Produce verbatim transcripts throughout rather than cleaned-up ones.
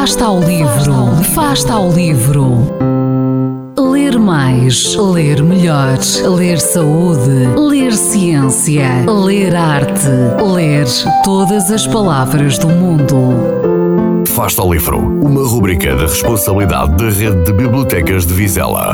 Afasta ao livro, afasta ao livro. Ler mais, ler melhor, ler saúde, ler ciência, ler arte, ler todas as palavras do mundo. Afasta ao livro, uma rubrica da responsabilidade da Rede de Bibliotecas de Vizela.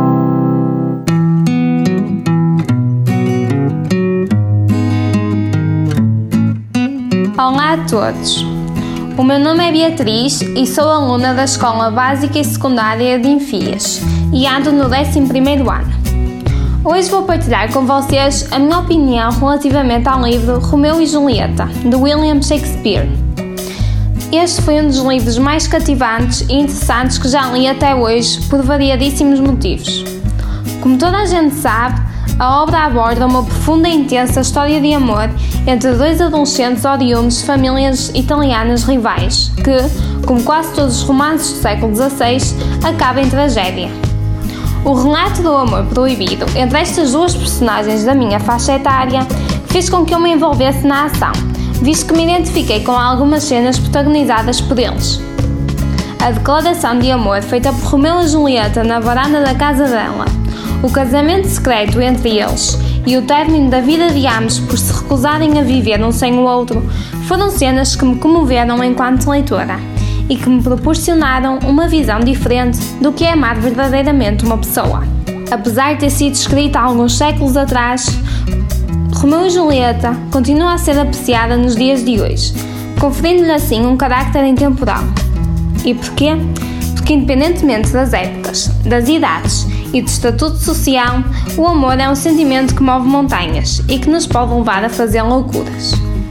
Olá a todos, o meu nome é Beatriz e sou aluna da Escola Básica e Secundária de Enfias e ando no décimo primeiro ano. Hoje vou partilhar com vocês a minha opinião relativamente ao livro Romeu e Julieta, de William Shakespeare. Este foi um dos livros mais cativantes e interessantes que já li até hoje por variadíssimos motivos. Como toda a gente sabe, a obra aborda uma profunda e intensa história de amor entre dois adolescentes oriundos de famílias italianas rivais, que, como quase todos os romances do século dezasseis, acaba em tragédia. O relato do amor proibido entre estas duas personagens da minha faixa etária fez com que eu me envolvesse na ação, visto que me identifiquei com algumas cenas protagonizadas por eles. A declaração de amor feita por Romeu e Julieta na varanda da casa dela, o casamento secreto entre eles e o término da vida de ambos por se recusarem a viver um sem o outro foram cenas que me comoveram enquanto leitora e que me proporcionaram uma visão diferente do que é amar verdadeiramente uma pessoa. Apesar de ter sido escrita há alguns séculos atrás, Romeu e Julieta continua a ser apreciada nos dias de hoje, conferindo-lhe assim um carácter intemporal. E porquê? Porque independentemente das épocas, das idades e do estatuto social, o amor é um sentimento que move montanhas e que nos pode levar a fazer loucuras.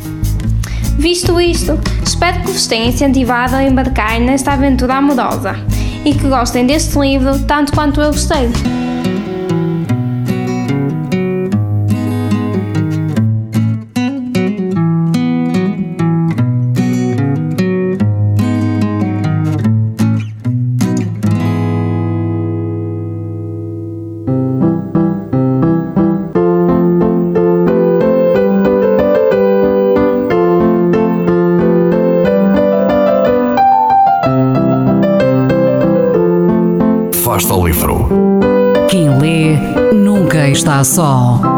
Visto isto, espero que vos tenha incentivado a embarcar nesta aventura amorosa e que gostem deste livro tanto quanto eu gostei. Afasta ao livro. Quem lê nunca está só.